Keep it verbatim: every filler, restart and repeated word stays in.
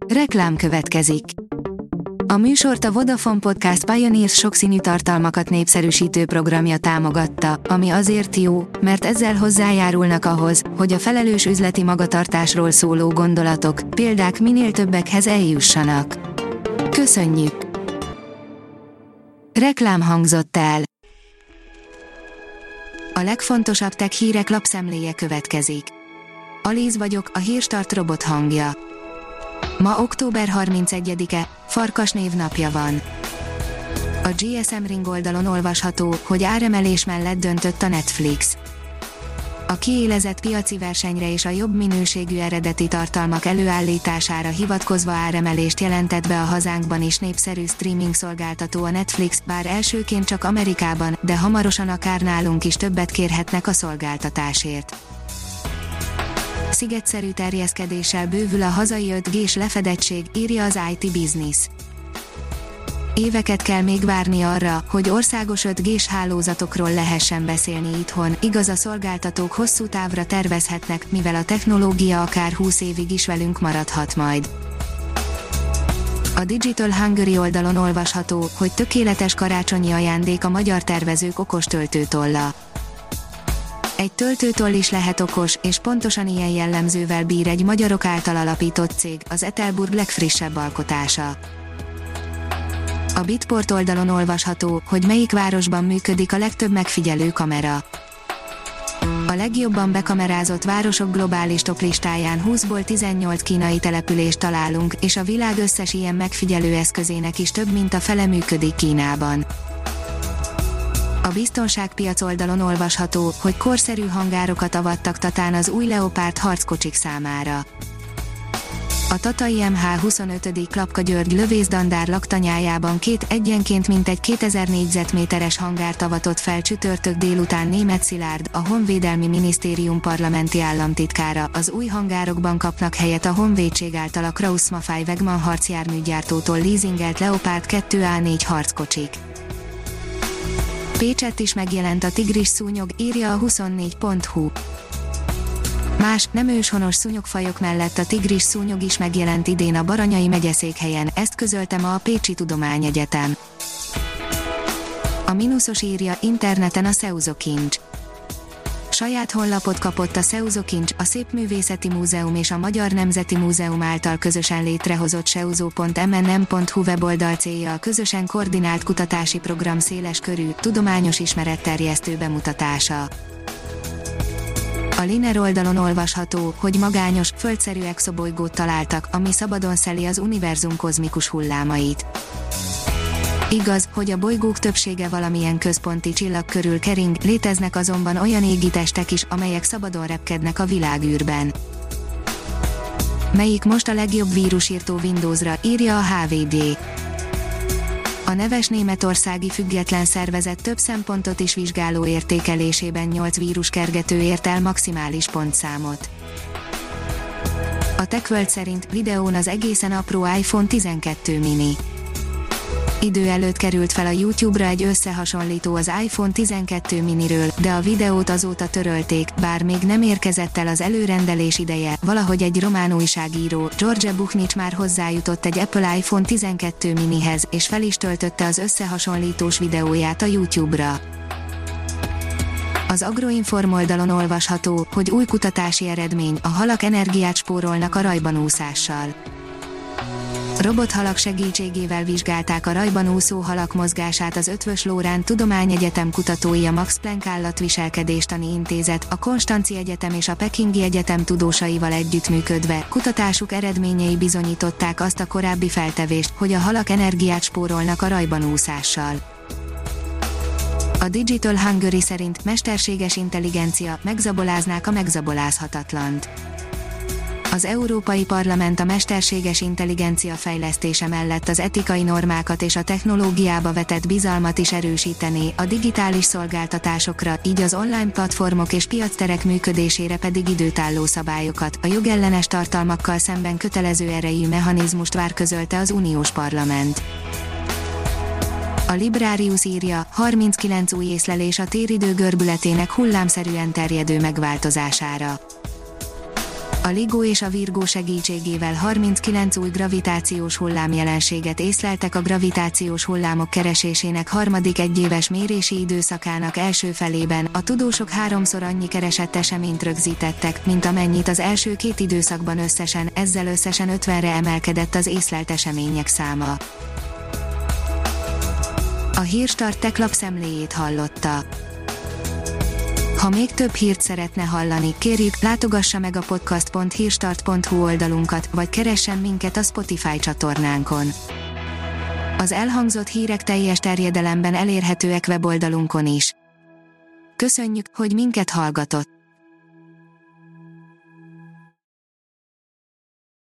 Reklám következik. A műsort a Vodafone Podcast Pioneers sokszínű tartalmakat népszerűsítő programja támogatta, ami azért jó, mert ezzel hozzájárulnak ahhoz, hogy a felelős üzleti magatartásról szóló gondolatok, példák minél többekhez eljussanak. Köszönjük! Reklám hangzott el. A legfontosabb tech hírek lapszemléje következik. Alíz vagyok, a Hírstart robot hangja. Ma október harmincegyedike, Farkas névnapja van. A gé es em Ring oldalon olvasható, hogy áremelés mellett döntött a Netflix. A kiélezett piaci versenyre és a jobb minőségű eredeti tartalmak előállítására hivatkozva áremelést jelentett be a hazánkban is népszerű streaming szolgáltató a Netflix, bár elsőként csak Amerikában, de hamarosan akár nálunk is többet kérhetnek a szolgáltatásért. Szigetszerű terjeszkedéssel bővül a hazai öt gés lefedettség, írja az i té Business. Éveket kell még várni arra, hogy országos öt gés hálózatokról lehessen beszélni itthon, igaz, a szolgáltatók hosszú távra tervezhetnek, mivel a technológia akár húsz évig is velünk maradhat majd. A Digital Hungary oldalon olvasható, hogy tökéletes karácsonyi ajándék a magyar tervezők okos töltőtolla. Egy töltőtoll is lehet okos, és pontosan ilyen jellemzővel bír egy magyarok által alapított cég, az Etelburg legfrissebb alkotása. A Bitport oldalon olvasható, hogy melyik városban működik a legtöbb megfigyelő kamera. A legjobban bekamerázott városok globális toplistáján húszból tizennyolc kínai települést találunk, és a világ összes ilyen megfigyelő eszközének is több mint a fele működik Kínában. A biztonságpiac oldalon olvasható, hogy korszerű hangárokat avattak Tatán az új Leopard harckocsik számára. A tatai em há huszonötödik Klapka György lövésztandár laktanyájában két egyenként mintegy kétezer négyzetméteres hangárt avatott fel csütörtök délután Németh Szilárd, a Honvédelmi Minisztérium parlamenti államtitkára. Az új hangárokban kapnak helyet a honvédség által a Krauss-Maffei Wegmann harcjárműgyártótól leasingelt Leopard kettő á négy harckocsik. Pécsett is megjelent a tigris szúnyog, írja a huszonnégy pont hu. Más, nem őshonos szúnyogfajok mellett a tigris szúnyog is megjelent idén a Baranyai megyeszékhelyen, ezt közölte ma a Pécsi Tudományegyetem. A mínuszos írja, interneten a Szeuzokincs. Saját honlapot kapott a Szeuzokincs, a Szépművészeti Múzeum és a Magyar Nemzeti Múzeum által közösen létrehozott seuzo pont m n m pont hu weboldal célja a közösen koordinált kutatási program széles körű, tudományos ismeretterjesztő bemutatása. A Liner oldalon olvasható, hogy magányos, földszerű exobolygót találtak, ami szabadon szeli az univerzum kozmikus hullámait. Igaz, hogy a bolygók többsége valamilyen központi csillag körül kering, léteznek azonban olyan égitestek is, amelyek szabadon repkednek a világűrben. Melyik most a legjobb vírusírtó Windowsra, írja a há vé gé. A neves németországi független szervezet több szempontot is vizsgáló értékelésében nyolc víruskergető ért el maximális pontszámot. A TechWorld szerint videón az egészen apró iPhone tizenkettő mini. Idő előtt került fel a YouTube-ra egy összehasonlító az iPhone tizenkettő miniről, de a videót azóta törölték, bár még nem érkezett el az előrendelés ideje. Valahogy egy román újságíró, George Buchnics már hozzájutott egy Apple iPhone tizenkettő minihez, és fel is töltötte az összehasonlítós videóját a YouTube-ra. Az Agroinform oldalon olvasható, hogy új kutatási eredmény, a halak energiát spórolnak a rajban úszással. Robothalak segítségével vizsgálták a rajban úszó halak mozgását az Eötvös Loránd Tudományegyetem kutatói, a Max Planck Állatviselkedéstani Intézet, a Konstanzi Egyetem és a Pekingi Egyetem tudósaival együttműködve. Kutatásuk eredményei bizonyították azt a korábbi feltevést, hogy a halak energiát spórolnak a rajban úszással. A Digital Hungary szerint mesterséges intelligencia, megzaboláznák a megzabolázhatatlant. Az Európai Parlament a mesterséges intelligencia fejlesztése mellett az etikai normákat és a technológiába vetett bizalmat is erősítené, a digitális szolgáltatásokra, így az online platformok és piacterek működésére pedig időtálló szabályokat, a jogellenes tartalmakkal szemben kötelező erejű mechanizmust vár, közölte az uniós parlament. A Librarius írja, harminckilenc új észlelés a téridő görbületének hullámszerűen terjedő megváltozására. A LIGO és a Virgo segítségével harminckilenc új gravitációs hullámjelenséget észleltek a gravitációs hullámok keresésének harmadik egyéves mérési időszakának első felében. A tudósok háromszor annyi keresett eseményt rögzítettek, mint amennyit az első két időszakban összesen, ezzel összesen ötvenre emelkedett az észlelt események száma. A Hírstart Tech lapszemléjét hallotta. Ha még több hírt szeretne hallani, kérjük, látogassa meg a podcast pont hírstart pont hu oldalunkat, vagy keressen minket a Spotify csatornánkon. Az elhangzott hírek teljes terjedelemben elérhetőek weboldalunkon is. Köszönjük, hogy minket hallgatott!